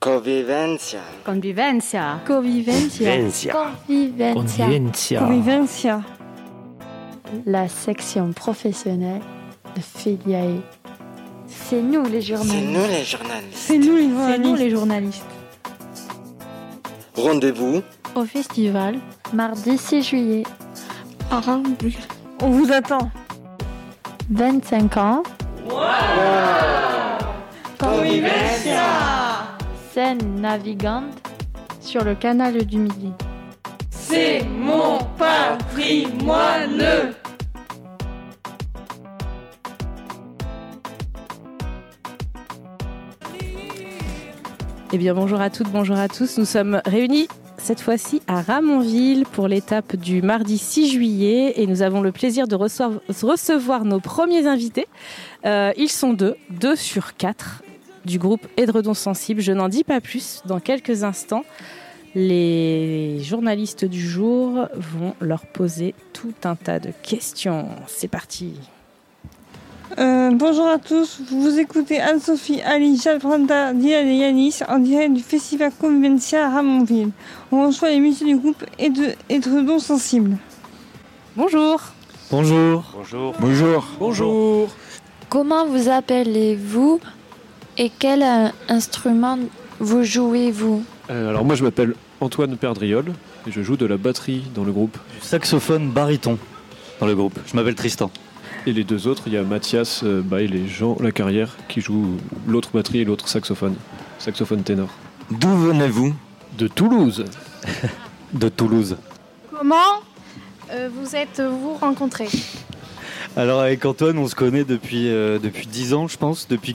Convivencia. Convivencia. Convivencia. Convivencia. Convivencia. La section professionnelle de Filiae. C'est nous les journalistes. C'est nous les journalistes. C'est nous les C'est journalistes. nous les journalistes. Rendez-vous Au festival, mardi 6 juillet. À Rambouillet. On vous attend. 25 ans. Convivencia. Scène navigante sur le canal du Midi. C'est mon patrimoine. Eh bien, bonjour à toutes, bonjour à tous. Nous sommes réunis cette fois-ci à Ramonville pour l'étape du mardi 6 juillet et nous avons le plaisir de recevoir nos premiers invités. Ils sont deux sur 4 du groupe Édredon Sensible. Je n'en dis pas plus. Dans quelques instants, les journalistes du jour vont leur poser tout un tas de questions. C'est parti. Bonjour à tous, vous écoutez Anne-Sophie, Ali, Jade, Brenda, Dylan et Yanis en direct du festival Convivencia à Ramonville. On reçoit les musiciens du groupe Édredon Sensible. Bonjour. Bonjour. Bonjour. Bonjour. Bonjour. Comment vous appelez-vous et quel instrument vous jouez-vous? Alors moi je m'appelle Antoine Perdriol et je joue de la batterie dans le groupe. Saxophone baryton dans le groupe. Je m'appelle Tristan. Et les deux autres, il y a Mathias Bail et Jean Lacarrière qui jouent l'autre batterie et l'autre saxophone ténor. D'où venez-vous? De Toulouse. De Toulouse. Comment vous êtes-vous rencontrés? Alors avec Antoine, on se connaît depuis 10 ans, je pense. Depuis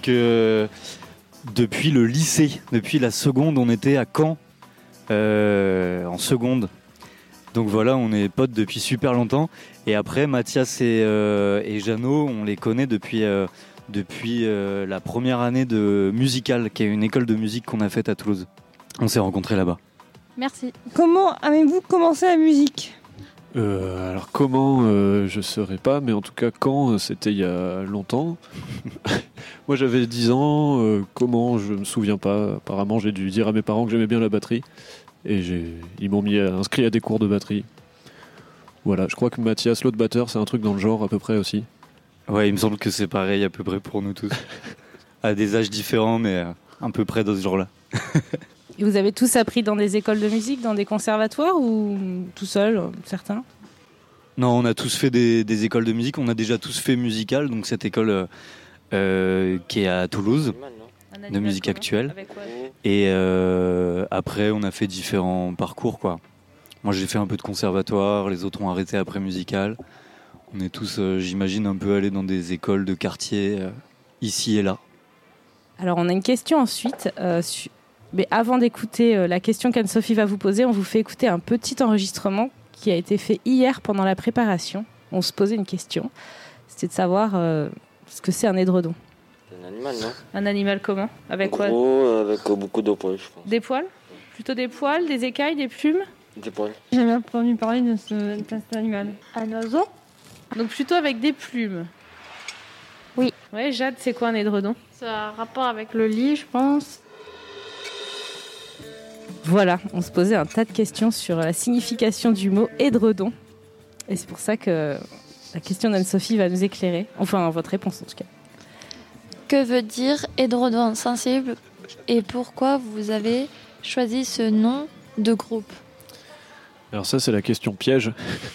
le lycée. Depuis la seconde, on était à Caen en seconde. Donc voilà, on est potes depuis super longtemps. Et après, Mathias et Jeannot, on les connaît depuis la première année de Musical, qui est une école de musique qu'on a faite à Toulouse. On s'est rencontrés là-bas. Merci. Comment avez-vous commencé la musique? Alors comment, je ne saurais pas, mais en tout cas quand, c'était il y a longtemps. Moi j'avais 10 ans, comment, je ne me souviens pas. Apparemment j'ai dû dire à mes parents que j'aimais bien la batterie. Et ils m'ont inscrit à des cours de batterie. Voilà, je crois que Mathias, l'autre batteur, c'est un truc dans le genre à peu près aussi. Ouais, il me semble que c'est pareil à peu près pour nous tous. À des âges différents, mais à peu près dans ce genre-là. Et vous avez tous appris dans des écoles de musique, dans des conservatoires ou tout seul, certains? Non, on a tous fait des écoles de musique. On a déjà tous fait Musical, donc cette école qui est à Toulouse, de musique actuelle. Et après, on a fait différents parcours, quoi. Moi, j'ai fait un peu de conservatoire, les autres ont arrêté après Musical. On est tous, j'imagine, un peu allés dans des écoles de quartier, ici et là. Alors, on a une question ensuite. Mais avant d'écouter la question qu'Anne-Sophie va vous poser, on vous fait écouter un petit enregistrement qui a été fait hier pendant la préparation. On se posait une question. C'était de savoir ce que c'est un édredon. C'est un animal, non? Un animal comment? Avec quoi? Gros, avec beaucoup de poils, je pense. Des poils? Plutôt des poils, des écailles, des plumes? Des poils. J'ai jamais entendu parler de cet animal. Un oiseau? Donc plutôt avec des plumes. Oui. Ouais, Jade, c'est quoi un édredon? Ça a un rapport avec le lit, je pense. Voilà, on se posait un tas de questions sur la signification du mot édredon. Et c'est pour ça que la question d'Anne-Sophie va nous éclairer. Enfin, votre réponse en tout cas. Que veut dire Édredon Sensible et pourquoi vous avez choisi ce nom de groupe? Alors ça, c'est la question piège.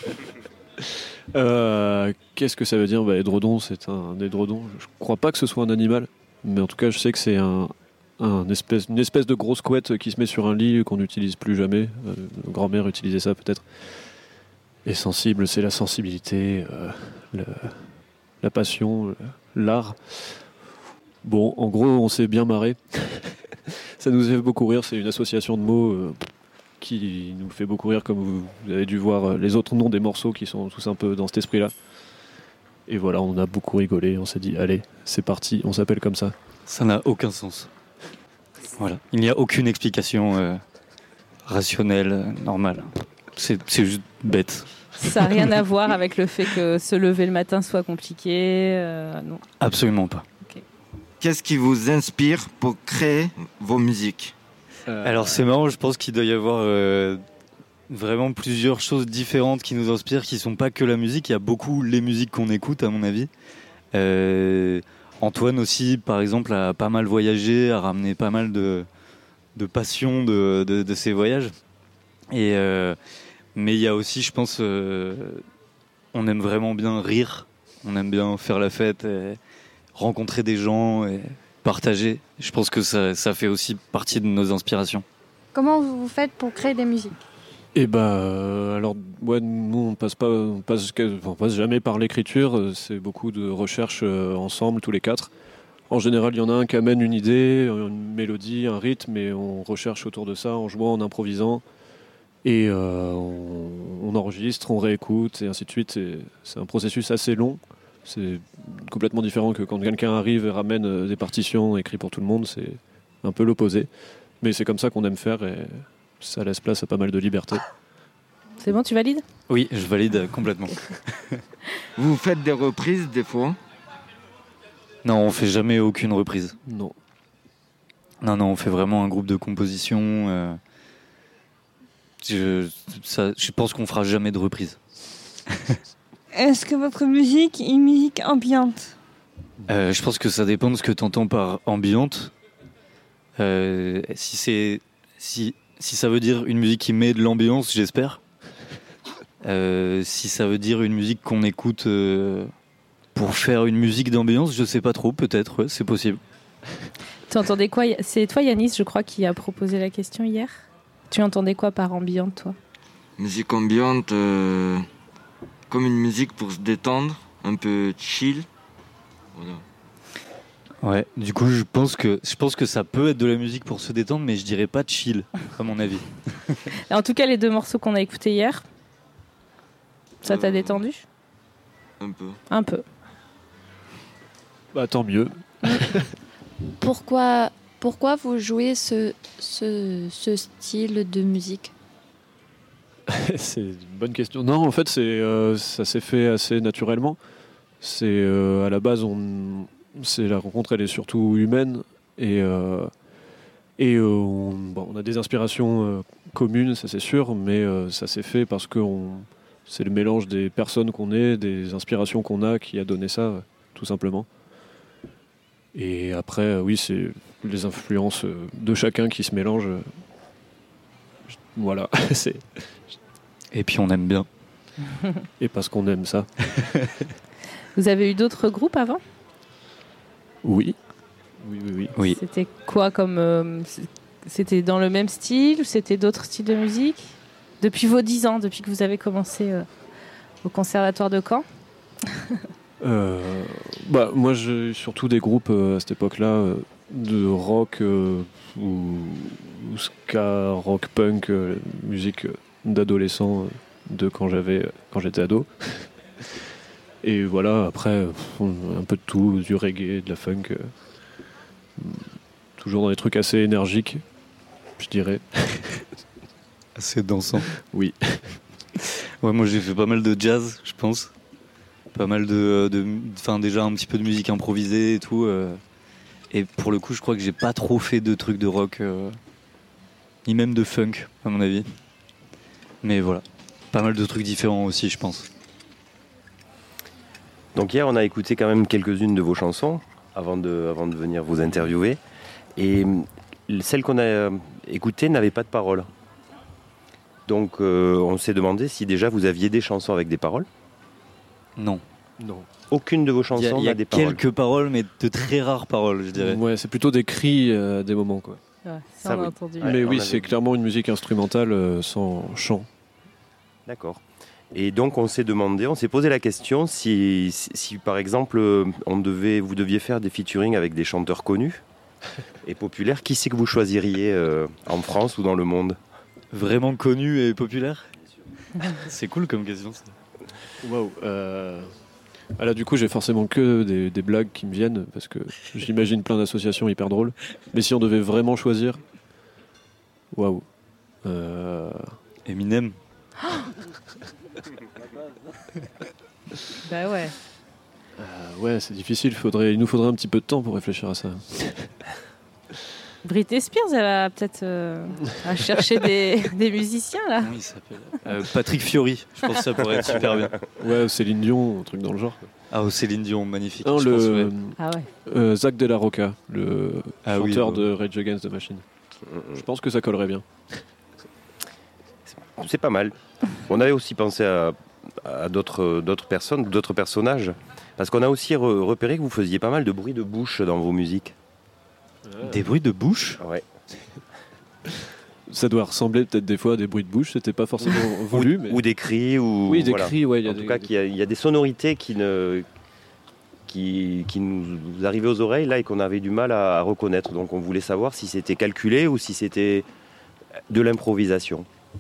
Qu'est-ce que ça veut dire? Édredon, c'est un édredon. Je crois pas que ce soit un animal, mais en tout cas, je sais que c'est une espèce de grosse couette qui se met sur un lit qu'on n'utilise plus jamais. Grand-mère utilisait ça peut-être. Et sensible, c'est la sensibilité, la passion, l'art. Bon, en gros, on s'est bien marré. Ça nous fait beaucoup rire. C'est une association de mots qui nous fait beaucoup rire, comme vous avez dû voir les autres noms des morceaux qui sont tous un peu dans cet esprit-là. Et voilà, on a beaucoup rigolé. On s'est dit, allez, c'est parti, on s'appelle comme ça. Ça n'a aucun sens. Voilà. Il n'y a aucune explication rationnelle, normale. C'est juste bête. Ça n'a rien à voir avec le fait que se lever le matin soit compliqué. Non. Absolument pas. Qu'est-ce qui vous inspire pour créer vos musiques? Alors c'est marrant, je pense qu'il doit y avoir vraiment plusieurs choses différentes qui nous inspirent, qui sont pas que la musique. Il y a beaucoup les musiques qu'on écoute, à mon avis. Antoine aussi, par exemple, a pas mal voyagé, a ramené pas mal de passion de ses voyages. Mais il y a aussi, je pense, on aime vraiment bien rire, on aime bien faire la fête, et rencontrer des gens et partager. Je pense que ça fait aussi partie de nos inspirations. Comment vous faites pour créer des musiques? Et alors, ouais, nous on passe jamais par l'écriture. C'est beaucoup de recherche ensemble, tous les quatre. En général, il y en a un qui amène une idée, une mélodie, un rythme, et on recherche autour de ça en jouant, en improvisant. Et on enregistre, on réécoute, et ainsi de suite. C'est un processus assez long. C'est complètement différent que quand quelqu'un arrive et ramène des partitions écrites pour tout le monde. C'est un peu l'opposé. Mais c'est comme ça qu'on aime faire, et ça laisse place à pas mal de liberté. C'est bon, tu valides? Oui, je valide complètement. Vous faites des reprises des fois? Non, on fait jamais aucune reprise. Non. Non, on fait vraiment un groupe de composition. Je pense qu'on fera jamais de reprise. Est-ce que votre musique est une musique ambiante? Je pense que ça dépend de ce que tu entends par ambiante. Si ça veut dire une musique qui met de l'ambiance, j'espère. Si ça veut dire une musique qu'on écoute pour faire une musique d'ambiance, je sais pas trop, peut-être, ouais, c'est possible. Tu entendais quoi? C'est toi, Yanis, je crois, qui a proposé la question hier. Tu entendais quoi par ambiante, toi? Musique ambiante, comme une musique pour se détendre, un peu chill. Voilà. Ouais, du coup, je pense que ça peut être de la musique pour se détendre, mais je dirais pas chill, à mon avis. En tout cas, les 2 morceaux qu'on a écoutés hier, ça t'a détendu? Un peu. Un peu. Bah, tant mieux. Pourquoi vous jouez ce style de musique? C'est une bonne question. Non, en fait, ça s'est fait assez naturellement. C'est à la base, c'est la rencontre, elle est surtout humaine, et on a des inspirations communes, ça c'est sûr, mais ça s'est fait parce que c'est le mélange des personnes qu'on est, des inspirations qu'on a, qui a donné ça, tout simplement. Et après, oui, c'est les influences de chacun qui se mélangent. Voilà. Et puis on aime bien. Et parce qu'on aime ça. Vous avez eu d'autres groupes avant? Oui. Oui. C'était quoi comme... c'était dans le même style ou c'était d'autres styles de musique? Depuis vos 10 ans, depuis que vous avez commencé au Conservatoire de Caen? Moi, j'ai surtout des groupes à cette époque-là de rock ou ska, rock punk, musique d'adolescent de quand j'étais ado. Et voilà, après, un peu de tout, du reggae, de la funk. Toujours dans des trucs assez énergiques, je dirais. Assez dansant. Oui. Ouais, moi j'ai fait pas mal de jazz, je pense. Pas mal déjà un petit peu de musique improvisée et tout. Et pour le coup, je crois que j'ai pas trop fait de trucs de rock, ni même de funk, à mon avis. Mais voilà, pas mal de trucs différents aussi, je pense. Donc hier, on a écouté quand même quelques-unes de vos chansons avant de venir vous interviewer. Et celle qu'on a écoutée n'avait pas de paroles. Donc on s'est demandé si déjà vous aviez des chansons avec des paroles. Non. Aucune de vos chansons n'a des paroles. Quelques paroles, mais de très rares paroles, je dirais. Ouais, c'est plutôt des cris à des moments, quoi. Ouais, ça on a entendu. Mais oui, c'est clairement une musique instrumentale sans chant. D'accord. Et donc on s'est posé la question si par exemple vous deviez faire des featuring avec des chanteurs connus et populaires, qui c'est que vous choisiriez en France ou dans le monde? Vraiment connu et populaire? C'est cool comme question, ça. Waouh. Là, du coup, j'ai forcément que des blagues qui me viennent parce que j'imagine plein d'associations hyper drôles. Mais si on devait vraiment choisir, waouh. Eminem. Bah ouais. Ouais, c'est difficile. Il nous faudrait un petit peu de temps pour réfléchir à ça. Britney Spears, elle va peut-être à chercher des musiciens là. Comment il s'appelle Patrick Fiori, je pense que ça pourrait être super bien. Ouais, Céline Dion, un truc dans le genre. Ah, Céline Dion, magnifique. Non, je pense, ouais. Ah ouais. Zach De La Rocca, le chanteur oui, de Rage Against the Machine. Je pense que ça collerait bien. C'est pas mal. On avait aussi pensé à d'autres personnes, d'autres personnages. Parce qu'on a aussi repéré que vous faisiez pas mal de bruits de bouche dans vos musiques. Des bruits de bouche ? Ouais. Ça doit ressembler peut-être des fois à des bruits de bouche, c'était pas forcément voulu. Mais... Ou des cris. Oui, des cris, ouais. En tout cas, il y a des sonorités qui nous arrivaient aux oreilles là, et qu'on avait du mal à reconnaître. Donc on voulait savoir si c'était calculé ou si c'était de l'improvisation.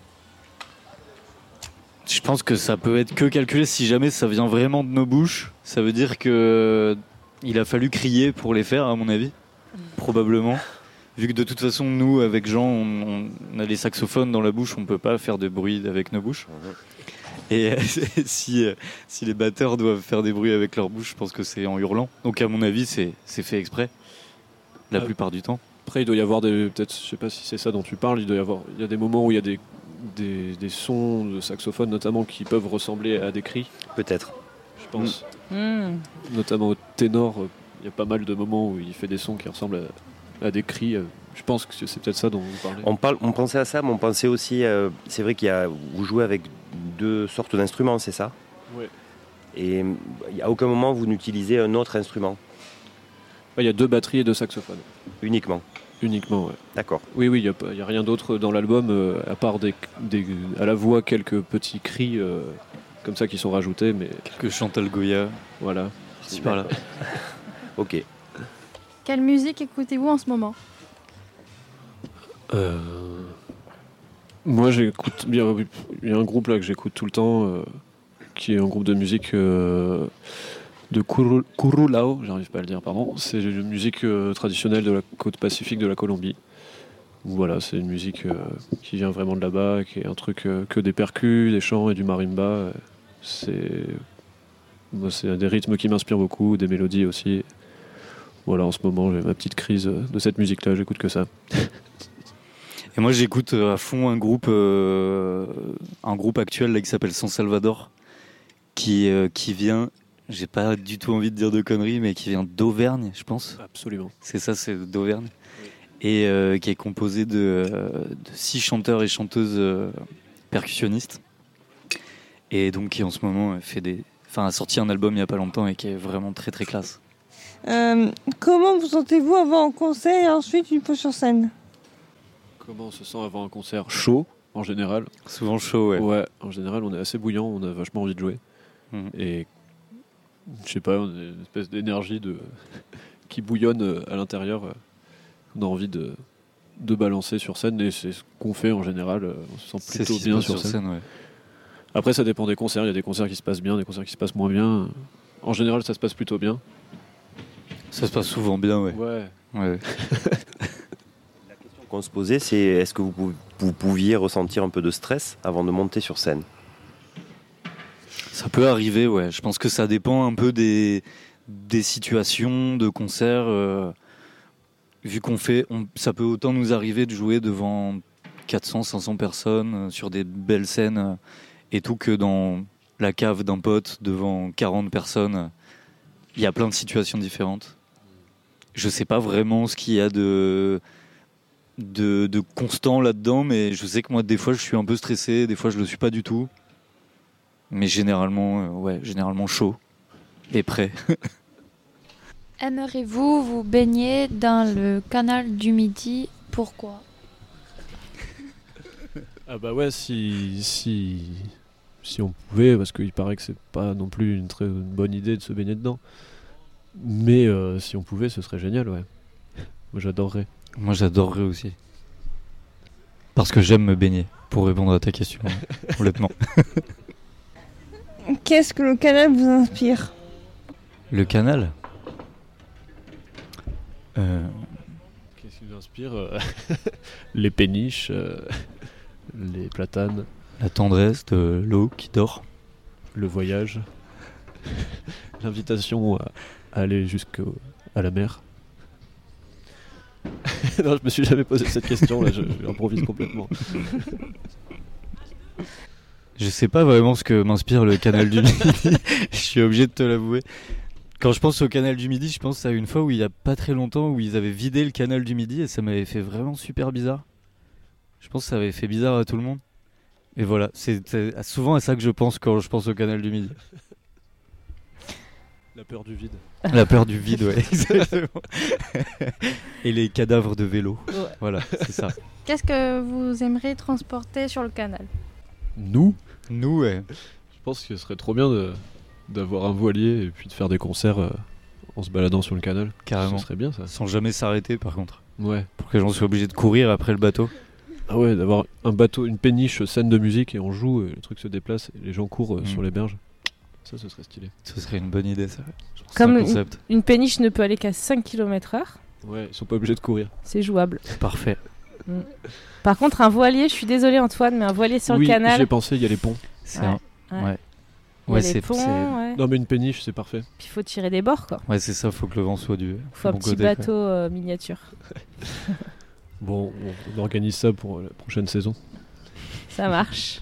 Je pense que ça peut être que calculé si jamais ça vient vraiment de nos bouches. Ça veut dire que il a fallu crier pour les faire, à mon avis. Probablement. Vu que de toute façon, nous, avec Jean, on a les saxophones dans la bouche, on peut pas faire de bruit avec nos bouches. Et si les batteurs doivent faire des bruits avec leur bouche, je pense que c'est en hurlant. Donc à mon avis, c'est fait exprès, la plupart du temps. Après, il doit y avoir peut-être, je sais pas si c'est ça dont tu parles, il y a des moments où il y a des sons de saxophone notamment qui peuvent ressembler à des cris. Peut-être. Je pense. Notamment au ténor, il y a pas mal de moments où il fait des sons qui ressemblent à des cris. Je pense que c'est peut-être ça dont vous parlez. On pensait à ça, mais on pensait aussi... c'est vrai vous jouez avec 2 sortes d'instruments, c'est ça ? Oui. Et à aucun moment vous n'utilisez un autre instrument ? Il y a 2 batteries et 2 saxophones. Uniquement, ouais. D'accord. Oui, il n'y a rien d'autre dans l'album, à part à la voix quelques petits cris comme ça qui sont rajoutés. Mais... Quelques Chantal Goya. Voilà. C'est par là. Ok. Quelle musique écoutez-vous en ce moment ? Moi, j'écoute. Il y a un groupe là que j'écoute tout le temps, qui est un groupe de musique de Curulao, j'arrive pas à le dire, pardon. C'est une musique traditionnelle de la côte pacifique de la Colombie. Voilà, c'est une musique qui vient vraiment de là-bas, qui est un truc que des percus, des chants et du marimba. C'est des rythmes qui m'inspirent beaucoup, des mélodies aussi. Voilà, en ce moment, j'ai ma petite crise de cette musique-là, j'écoute que ça. Et moi, j'écoute à fond un groupe actuel là, qui s'appelle San Salvador, qui vient, j'ai pas du tout envie de dire de conneries, mais qui vient d'Auvergne, je pense. Absolument. C'est ça, c'est d'Auvergne. Oui. Et qui est composé de 6 chanteurs et chanteuses percussionnistes. Et donc qui en ce moment a sorti un album il y a pas longtemps et qui est vraiment très très classe. Comment vous sentez-vous avant un concert et ensuite une fois sur scène ? Comment on se sent avant un concert ? Chaud, en général. Souvent chaud, ouais. Ouais, en général, on est assez bouillant, on a vachement envie de jouer. Et je sais pas, on a une espèce d'énergie qui bouillonne à l'intérieur. On a envie de balancer sur scène et c'est ce qu'on fait en général. On se sent plutôt bien sur scène. Ouais. Après, ça dépend des concerts. Il y a des concerts qui se passent bien, des concerts qui se passent moins bien. En général, ça se passe plutôt bien. Ça se passe souvent bien, ouais. Ouais. La question qu'on se posait, c'est est-ce que vous pouviez ressentir un peu de stress avant de monter sur scène ? Ça peut arriver, ouais. Je pense que ça dépend un peu des situations de concert. Vu qu'on ça peut autant nous arriver de jouer devant 400, 500 personnes sur des belles scènes et tout que dans la cave d'un pote devant 40 personnes. Il y a plein de situations différentes. Je sais pas vraiment ce qu'il y a de constant là-dedans, mais je sais que moi, des fois, je suis un peu stressé, des fois, je le suis pas du tout. Mais généralement chaud et prêt. Aimeriez-vous vous baigner dans le canal du Midi ? Pourquoi ? Ah bah ouais, si on pouvait, parce qu'il paraît que c'est pas non plus une très bonne idée de se baigner dedans. Mais si on pouvait, ce serait génial, ouais. Moi, j'adorerais. Moi, j'adorerais aussi. Parce que j'aime me baigner, pour répondre à ta question, complètement. Qu'est-ce que le canal vous inspire ? Le canal ? Qu'est-ce qui nous inspire ? Les péniches, les platanes. La tendresse de l'eau qui dort. Le voyage. L'invitation à aller jusqu'à la mer. Non, je me suis jamais posé cette question, là, j'improvise complètement. Je sais pas vraiment ce que m'inspire le canal du Midi. Je suis obligé de te l'avouer. Quand je pense au canal du Midi, je pense à une fois où il y a pas très longtemps où ils avaient vidé le canal du Midi et ça m'avait fait vraiment super bizarre. Je pense que ça avait fait bizarre à tout le monde. Et voilà, c'est souvent à ça que je pense quand je pense au canal du Midi. La peur du vide. La peur du vide, ouais, exactement. Et les cadavres de vélo. Ouais. Voilà, c'est ça. Qu'est-ce que vous aimeriez transporter sur le canal? Nous, ouais. Je pense que ce serait trop bien d'avoir un voilier et puis de faire des concerts en se baladant sur le canal. Carrément. Ce serait bien ça. Sans jamais s'arrêter par contre. Ouais. Pour que les gens soient obligés de courir après le bateau. Ah ouais, d'avoir un bateau, une péniche, scène de musique et on joue, et le truc se déplace et les gens courent sur les berges. Ça, ce serait stylé. Ce serait une bonne idée ça. Comme une péniche ne peut aller qu'à 5 km/h. Ouais, ils sont pas obligés de courir. C'est jouable. Parfait. Par contre, un voilier, je suis désolée Antoine, mais un voilier sur le canal. Oui, j'y ai pensé, il y a les ponts. Ouais, c'est ponts, ouais. Non mais une péniche, c'est parfait. Puis il faut tirer des bords, quoi. Ouais, c'est ça, faut que le vent soit du faut bon un petit côté, bateau miniature. Bon, on organise ça pour la prochaine saison. Ça marche.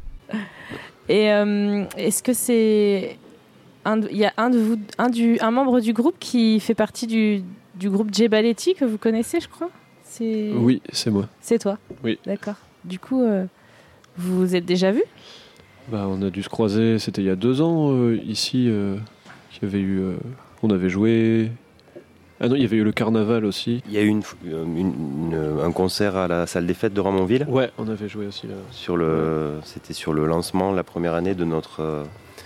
Et est-ce que c'est il y a un membre du groupe qui fait partie du groupe Jebaletti que vous connaissez, je crois? Oui, c'est moi. C'est toi? Oui. D'accord. Du coup, vous vous êtes déjà vus? Bah, on a dû se croiser, c'était il y a 2 ans ici, qu'il y avait eu, on avait joué. Ah non, il y avait eu le carnaval aussi. Il y a eu un concert à la salle des fêtes de Ramonville. Ouais, on avait joué aussi là. C'était sur le lancement, la première année de notre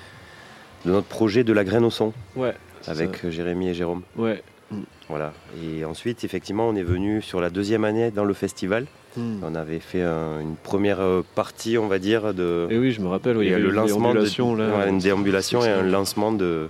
projet de la graine au son. Ouais. Avec Jérémy et Jérôme. Ouais. Voilà. Et ensuite, effectivement, on est venu sur la 2e année dans le festival. On avait fait une première partie, on va dire, Et oui, je me rappelle, il y avait le lancement une déambulation et un lancement de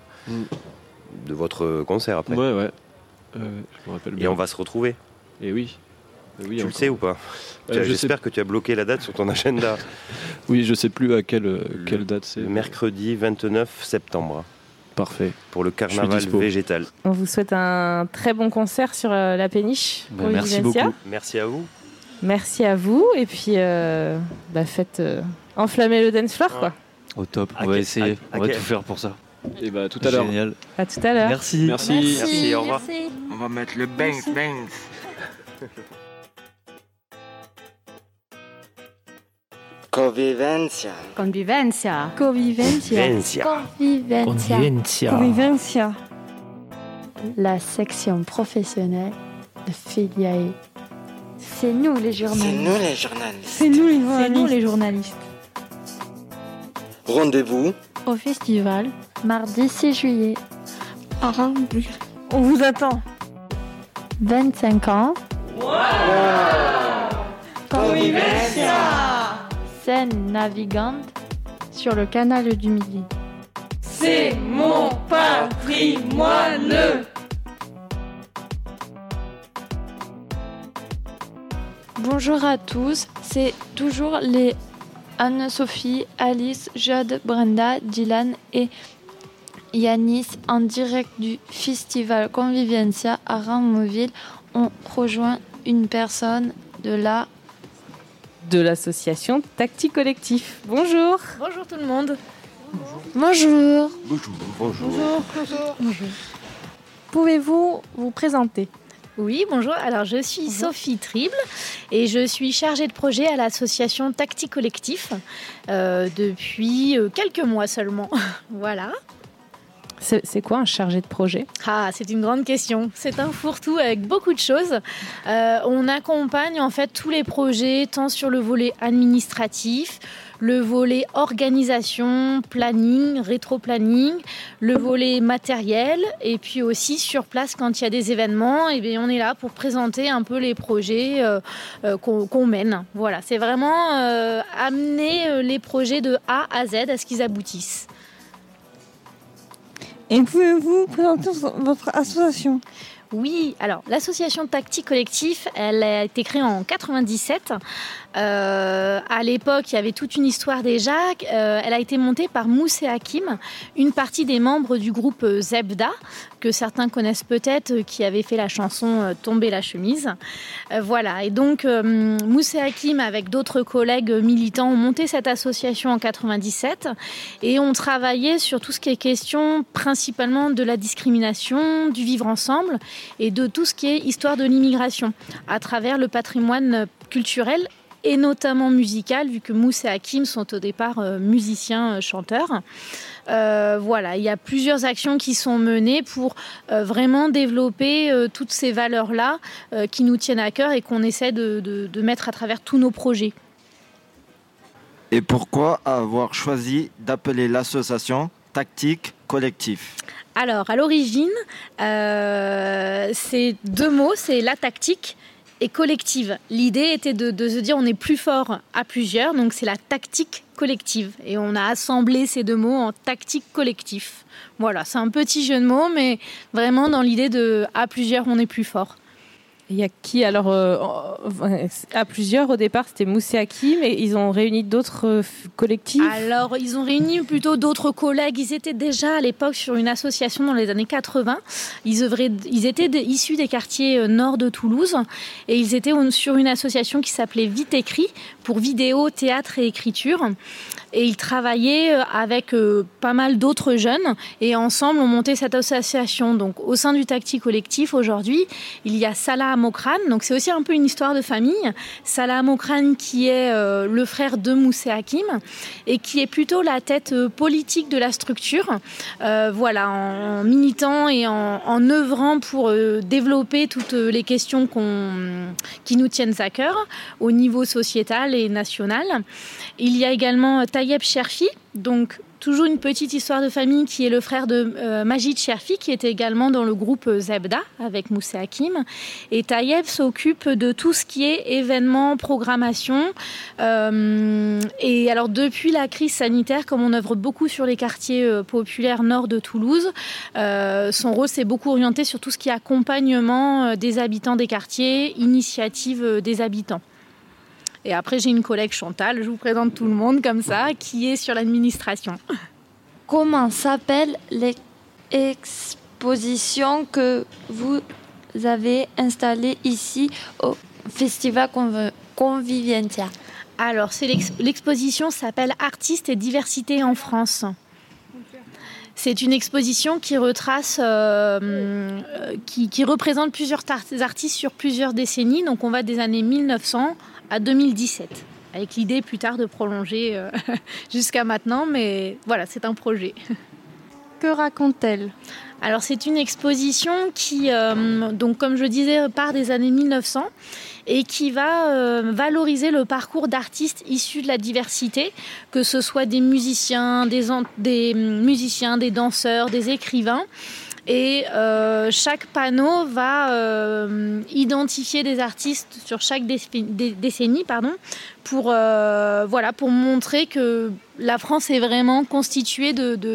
votre concert après. Ouais. Je me rappelle bien. Et on va se retrouver. Et oui. Tu le sais ou pas? J'espère que tu as bloqué la date sur ton agenda. Oui, je sais plus à quelle date c'est. Le mercredi 29 septembre. Parfait. Pour le carnaval végétal. On vous souhaite un très bon concert sur la péniche. Merci beaucoup. Merci à vous. Merci à vous. Et puis, faites enflammer le dance floor, quoi. Au top. On va essayer. On va tout faire pour ça. Et bah, tout à l'heure. Génial. À tout à l'heure. Merci. Merci, au revoir. Merci. On va mettre le bangs. Convivencia. Convivencia. Convivencia. La section professionnelle de Filiae. C'est nous les journalistes. C'est nous les journalistes. C'est nous les journalistes. Rendez-vous Au festival, mardi 6 juillet. On vous attend. 25 ans. Convivencia. Scène navigante. Sur le canal du Midi. C'est mon patrimoine. Bonjour à tous, c'est toujours les Anne-Sophie, Alice, Jade, Brenda, Dylan et Yanis en direct du festival Convivencia à Ramonville. On rejoint une personne de l'association Tacti Collectif. Bonjour. Bonjour tout le monde. Bonjour. Pouvez-vous vous présenter? Oui, bonjour. Alors, je suis Sophie Trible et je suis chargée de projet à l'association Tacti Collectif depuis quelques mois seulement. Voilà. C'est quoi un chargé de projet? Ah, c'est une grande question. C'est un fourre-tout avec beaucoup de choses. On accompagne en fait tous les projets, tant sur le volet administratif, le volet organisation, planning, rétro-planning, le volet matériel, et puis aussi sur place quand il y a des événements, et bien on est là pour présenter un peu les projets qu'on mène. Voilà, c'est vraiment amener les projets de A à Z à ce qu'ils aboutissent. Et pouvez-vous présenter votre association? Oui, alors l'association Tactique Collectif, elle a été créée en 97. À l'époque, il y avait toute une histoire déjà. Elle a été montée par Moussé Hakim, une partie des membres du groupe Zebda, que certains connaissent peut-être, qui avait fait la chanson Tomber la chemise. Voilà, et donc Moussé Hakim, avec d'autres collègues militants, ont monté cette association en 97 et ont travaillé sur tout ce qui est question principalement de la discrimination, du vivre ensemble et de tout ce qui est histoire de l'immigration à travers le patrimoine culturel et notamment musical, vu que Moussé Hakim sont au départ musiciens, chanteurs. Voilà, il y a plusieurs actions qui sont menées pour vraiment développer toutes ces valeurs-là qui nous tiennent à cœur et qu'on essaie de mettre à travers tous nos projets. Et pourquoi avoir choisi d'appeler l'association Tactique Collectif ? Alors, à l'origine, c'est deux mots, c'est la tactique et collective. L'idée était de se dire on est plus fort à plusieurs, donc c'est la tactique collective. Et on a assemblé ces deux mots en tactique collectif. Voilà, c'est un petit jeu de mots, mais vraiment dans l'idée de à plusieurs on est plus fort. Il y a qui alors à plusieurs au départ, c'était Moussé Hakim et ils ont réuni d'autres collectifs. Alors ils ont réuni plutôt d'autres collègues. Ils étaient déjà à l'époque sur une association dans les années 80. Ils étaient issus des quartiers nord de Toulouse et ils étaient sur une association qui s'appelait Vite Écrit pour vidéo, théâtre et écriture. Et ils travaillaient avec pas mal d'autres jeunes et ensemble ont monté cette association. Donc au sein du Tactique Collectif aujourd'hui, il y a Salah Amokran, donc c'est aussi un peu une histoire de famille. Salah Amokran qui est le frère de Moussé Hakim et qui est plutôt la tête politique de la structure. Voilà, en militant et en œuvrant pour développer toutes les questions qui nous tiennent à cœur au niveau sociétal et national. Il y a également Tayeb Cherfi, donc toujours une petite histoire de famille qui est le frère de Majid Cherfi qui était également dans le groupe Zebda avec Moussé Hakim. Et Tayeb s'occupe de tout ce qui est événements, programmation. Et alors depuis la crise sanitaire, comme on œuvre beaucoup sur les quartiers populaires nord de Toulouse, son rôle s'est beaucoup orienté sur tout ce qui est accompagnement des habitants des quartiers, initiative des habitants. Et après, j'ai une collègue Chantal, je vous présente tout le monde comme ça, qui est sur l'administration. Comment s'appelle l'exposition que vous avez installée ici au Festival Convivientia? Alors, l'exposition s'appelle Artistes et diversité en France. C'est une exposition qui retrace, qui représente plusieurs artistes sur plusieurs décennies. Donc, on va des années 1900 à 2017, avec l'idée plus tard de prolonger jusqu'à maintenant, mais voilà, c'est un projet. Que raconte-t-elle ? Alors c'est une exposition qui, donc comme je disais, part des années 1900 et qui va valoriser le parcours d'artistes issus de la diversité, que ce soit des musiciens, des musiciens, des danseurs, des écrivains. Et chaque panneau va identifier des artistes sur chaque décennie, pour montrer que la France est vraiment constituée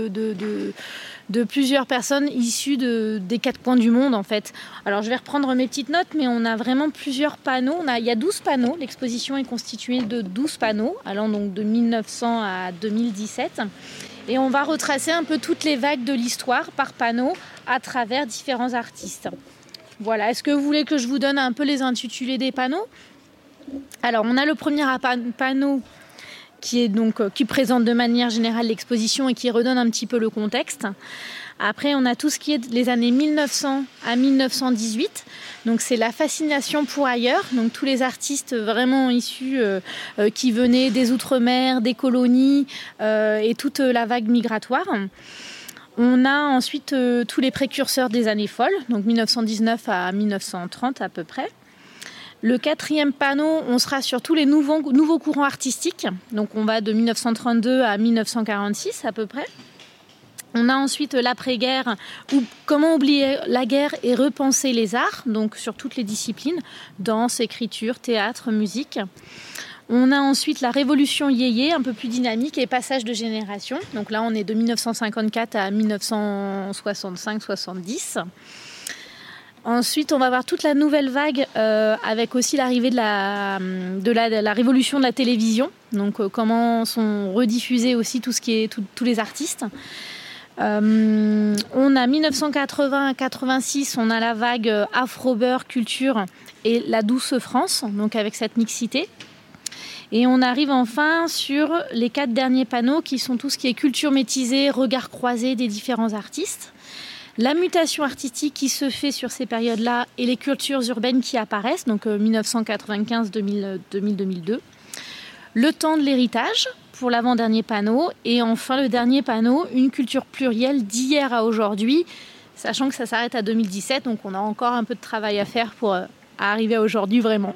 de plusieurs personnes issues des quatre coins du monde en fait. Alors je vais reprendre mes petites notes, mais on a vraiment plusieurs panneaux. Il y a 12 panneaux. L'exposition est constituée de 12 panneaux, allant donc de 1900 à 2017. Et on va retracer un peu toutes les vagues de l'histoire par panneau à travers différents artistes. Voilà, est-ce que vous voulez que je vous donne un peu les intitulés des panneaux ? Alors, on a le premier panneau qui présente de manière générale l'exposition et qui redonne un petit peu le contexte. Après, on a tout ce qui est les années 1900 à 1918. Donc, c'est la fascination pour ailleurs. Donc, tous les artistes vraiment issus qui venaient des Outre-mer, des colonies et toute la vague migratoire. On a ensuite tous les précurseurs des années folles, donc 1919 à 1930 à peu près. Le quatrième panneau, on sera sur tous les nouveaux courants artistiques. Donc, on va de 1932 à 1946 à peu près. On a ensuite l'après-guerre, ou comment oublier la guerre et repenser les arts, donc sur toutes les disciplines, danse, écriture, théâtre, musique. On a ensuite la révolution yéyé, un peu plus dynamique, et passage de génération. Donc là, on est de 1954 à 1965-70. Ensuite, on va avoir toute la nouvelle vague avec aussi l'arrivée de la révolution de la télévision. Donc, comment sont rediffusés aussi tout ce qui est tous les artistes. On a 1980 à 86, on a la vague Afro-Beurre culture et la douce France, donc avec cette mixité. Et on arrive enfin sur les 4 derniers panneaux qui sont tout ce qui est culture métisée, regard croisé des différents artistes. La mutation artistique qui se fait sur ces périodes-là et les cultures urbaines qui apparaissent, donc 1995, 2000, 2002. Le temps de l'héritage pour l'avant-dernier panneau. Et enfin, le dernier panneau, une culture plurielle d'hier à aujourd'hui, sachant que ça s'arrête à 2017. Donc on a encore un peu de travail à faire pour arriver à aujourd'hui vraiment.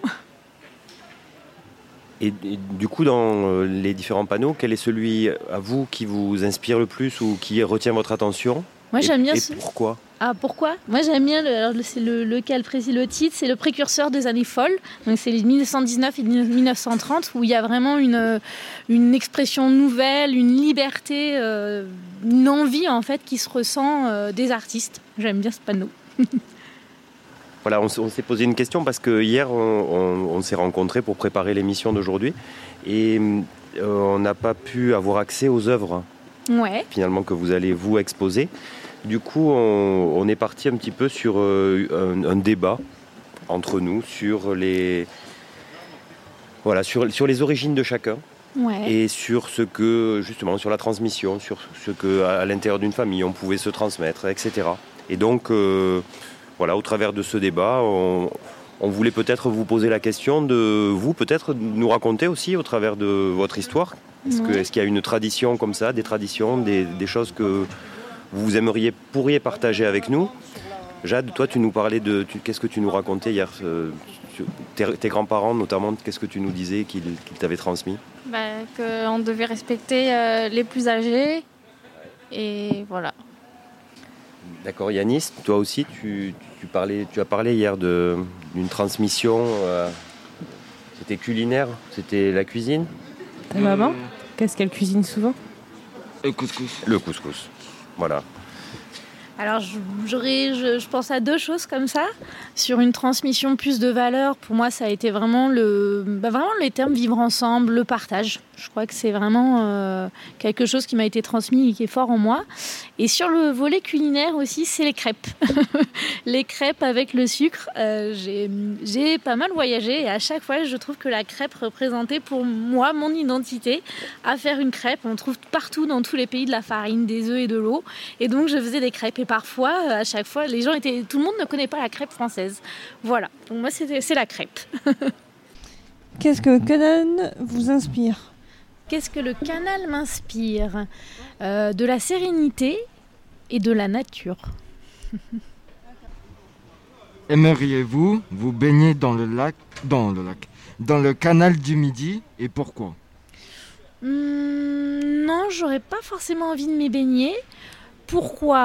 Et du coup, dans les différents panneaux, quel est celui à vous qui vous inspire le plus ou qui retient votre attention ? Moi, j'aime bien. Et pourquoi ? Ah, pourquoi ? Moi, j'aime bien, c'est lequel précise le titre, c'est le précurseur des années folles. Donc, c'est les 1919 et 1930 où il y a vraiment une expression nouvelle, une liberté, une envie en fait qui se ressent des artistes. J'aime bien ce panneau. Voilà, on s'est posé une question parce que hier, on s'est rencontrés pour préparer l'émission d'aujourd'hui et on n'a pas pu avoir accès aux œuvres finalement que vous allez vous exposer. Du coup, on est parti un petit peu sur un débat entre nous sur les origines de chacun et sur ce que, justement, sur la transmission, sur ce que à l'intérieur d'une famille on pouvait se transmettre, etc. Et donc, au travers de ce débat, on voulait peut-être vous poser la question de vous, peut-être nous raconter aussi au travers de votre histoire. Est-ce qu'il y a une tradition comme ça, des traditions, des choses que vous pourriez partager avec nous. Jade, toi, tu nous parlais qu'est-ce que tu nous racontais hier tes grands-parents, notamment, qu'est-ce que tu nous disais qu'ils t'avaient transmis ? Qu'on devait respecter les plus âgés. Et voilà. D'accord. Yanis, toi aussi, tu as parlé hier d'une transmission. C'était culinaire, c'était la cuisine. Ta maman, qu'est-ce qu'elle cuisine souvent ? Le couscous. Le couscous. Voilà. Alors, je pense à 2 choses comme ça. Sur une transmission plus de valeur, pour moi, ça a été vraiment les termes vivre ensemble, le partage. Je crois que c'est vraiment quelque chose qui m'a été transmis et qui est fort en moi. Et sur le volet culinaire aussi, c'est les crêpes. Les crêpes avec le sucre. J'ai pas mal voyagé et à chaque fois, je trouve que la crêpe représentait pour moi mon identité. À faire une crêpe, on trouve partout dans tous les pays de la farine, des œufs et de l'eau. Et donc, je faisais des crêpes. Et parfois, à chaque fois, tout le monde ne connaît pas la crêpe française. Voilà. Donc moi, c'est la crêpe. Qu'est-ce que le canal vous inspire ? Qu'est-ce que le canal m'inspire ? De la sérénité et de la nature. Aimeriez-vous vous baigner dans le canal du Midi et pourquoi ? Non, j'aurais pas forcément envie de m'y baigner. Pourquoi ?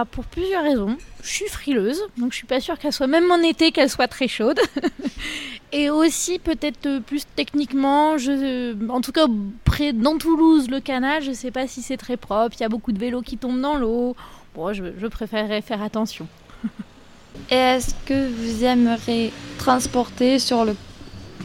Pour plusieurs raisons. Je suis frileuse, donc je suis pas sûre qu'elle soit, même en été, qu'elle soit très chaude. Et aussi, peut-être plus techniquement, en tout cas, dans Toulouse, le canal, je sais pas si c'est très propre. Il y a beaucoup de vélos qui tombent dans l'eau. Bon, je préférerais faire attention. Et est-ce que vous aimeriez transporter sur le canal ?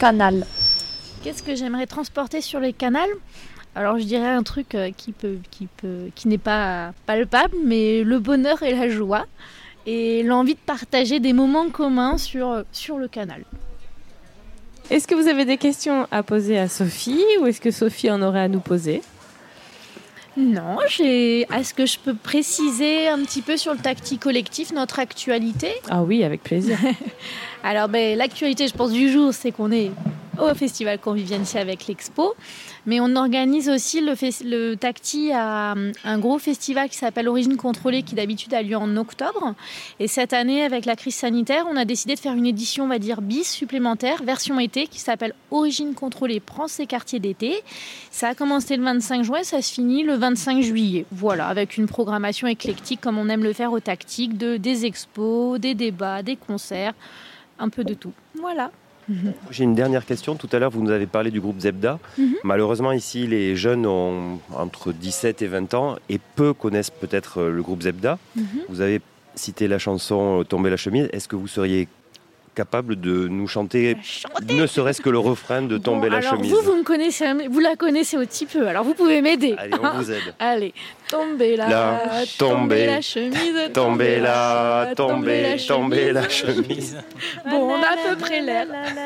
Qu'est-ce que j'aimerais transporter sur le canal ? Alors je dirais un truc qui n'est pas palpable, mais le bonheur et la joie et l'envie de partager des moments communs sur le canal. Est-ce que vous avez des questions à poser à Sophie ou est-ce que Sophie en aurait à nous poser ? Non, est-ce que je peux préciser un petit peu sur le Tacti Collectif, notre actualité ? Ah oui, avec plaisir. Alors l'actualité, je pense, du jour, c'est qu'on est au Festival Convivientia avec l'Expo. Mais on organise aussi le Tacti à un gros festival qui s'appelle Origine Contrôlée, qui d'habitude a lieu en octobre. Et cette année, avec la crise sanitaire, on a décidé de faire une édition, on va dire, bis supplémentaire, version été, qui s'appelle Origine Contrôlée prend ses quartiers d'été. Ça a commencé le 25 juin, ça se finit le 25 juillet. Voilà, avec une programmation éclectique, comme on aime le faire au Tactique, des expos, des débats, des concerts, un peu de tout. Voilà. J'ai une dernière question. Tout à l'heure, vous nous avez parlé du groupe Zebda. Malheureusement, ici, les jeunes ont entre 17 et 20 ans et peu connaissent peut-être le groupe Zebda. Vous avez cité la chanson Tomber la chemise. Est-ce que vous seriez capable de nous chanter ne serait-ce que le refrain de Tomber la chemise? Alors vous la connaissez un petit peu, alors vous pouvez m'aider. Allez, on vous aide. Allez, tomber la chemise, tomber la chemise. Bon, on a à peu près l'air.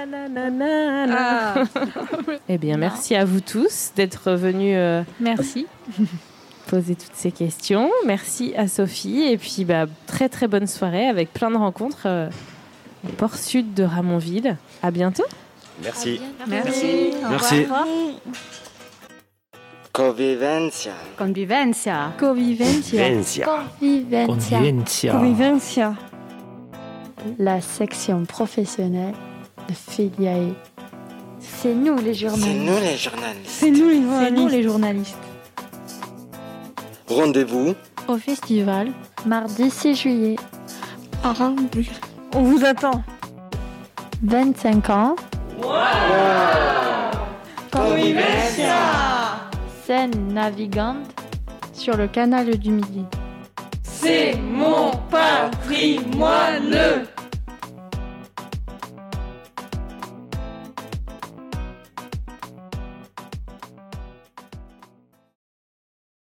Eh bien, merci à vous tous d'être venus Merci. poser toutes ces questions. Merci à Sophie. Et puis, très très bonne soirée avec plein de rencontres au port sud de Ramonville. À bientôt. Merci. Merci. Merci. Convivencia. Convivencia. Convivencia. La section professionnelle de Filiae. C'est nous les journalistes. C'est nous les journalistes. Rendez-vous Au festival, mardi 6 juillet. On vous attend. 25 ans. Convivencia. Scène navigante sur le canal du Midi. C'est mon patrimoine.